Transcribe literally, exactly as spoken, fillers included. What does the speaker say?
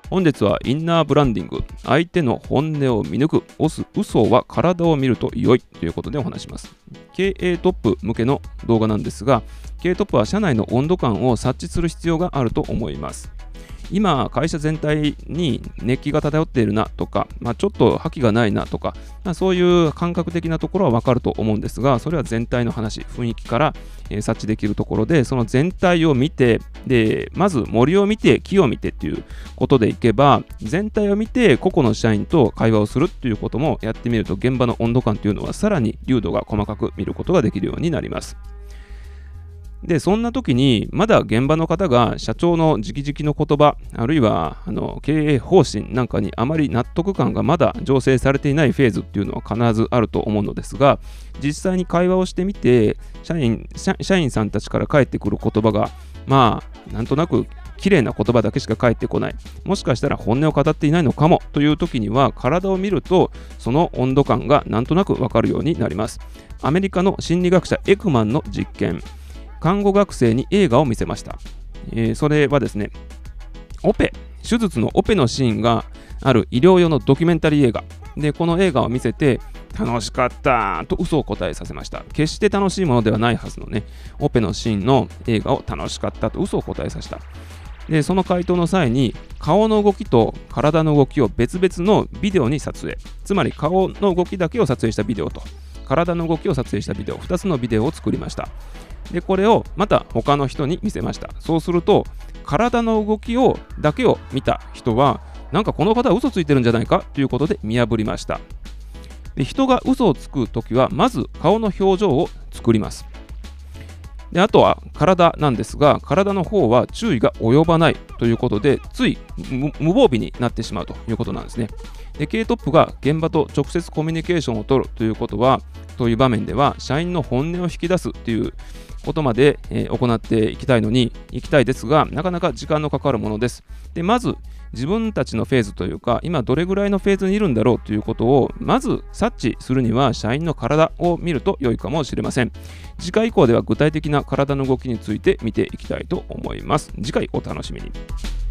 本日はインナーブランディング、相手の本音を見抜く、嘘は体を見ると良いということでお話します。経営トップ向けの動画なんですが、経営トップは社内の温度感を察知する必要があると思います。今、会社全体に熱気が漂っているなとか、まあ、ちょっと覇気がないなとか、まあ、そういう感覚的なところは分かると思うんですが、それは全体の話、雰囲気から、えー、察知できるところで、その全体を見て、で、まず森を見て、木を見てっていうことでいけば、全体を見て、個々の社員と会話をするっていうこともやってみると、現場の温度感というのはさらに流度が細かく見ることができるようになります。で、そんな時に、まだ現場の方が社長の直々の言葉、あるいはあの経営方針なんかにあまり納得感がまだ醸成されていないフェーズっていうのは必ずあると思うのですが、実際に会話をしてみて、社員、社、社員さんたちから返ってくる言葉が、まあ、なんとなく綺麗な言葉だけしか返ってこない。もしかしたら本音を語っていないのかもという時には、体を見ると、その温度感がなんとなくわかるようになります。アメリカの心理学者エクマンの実験。看護学生に映画を見せました。えー、それはですね、オペ、手術のオペのシーンがある医療用のドキュメンタリー映画。で、この映画を見せて、楽しかったと嘘を答えさせました。決して楽しいものではないはずのね、オペのシーンの映画を楽しかったと嘘を答えさせた。で、その回答の際に、顔の動きと体の動きを別々のビデオに撮影。つまり、顔の動きだけを撮影したビデオと、体の動きを撮影したビデオ、ふたつのビデオを作りました。で、これをまた他の人に見せました。そうすると、体の動きをだけを見た人は、なんかこの方は嘘ついてるんじゃないかということで見破りました。で、人が嘘をつくときは、まず顔の表情を作ります。で、あとは体なんですが、体の方は注意が及ばないということで、つい無防備になってしまうということなんですね。で、経営トップが現場と直接コミュニケーションを取るということは、という場面では、社員の本音を引き出すということまで、えー、行っていきたいのに、行きたいですが、なかなか時間のかかるものです。で、まず、自分たちのフェーズというか、今どれぐらいのフェーズにいるんだろうということを、まず察知するには、社員の体を見ると良いかもしれません。次回以降では具体的な体の動きについて見ていきたいと思います。次回お楽しみに。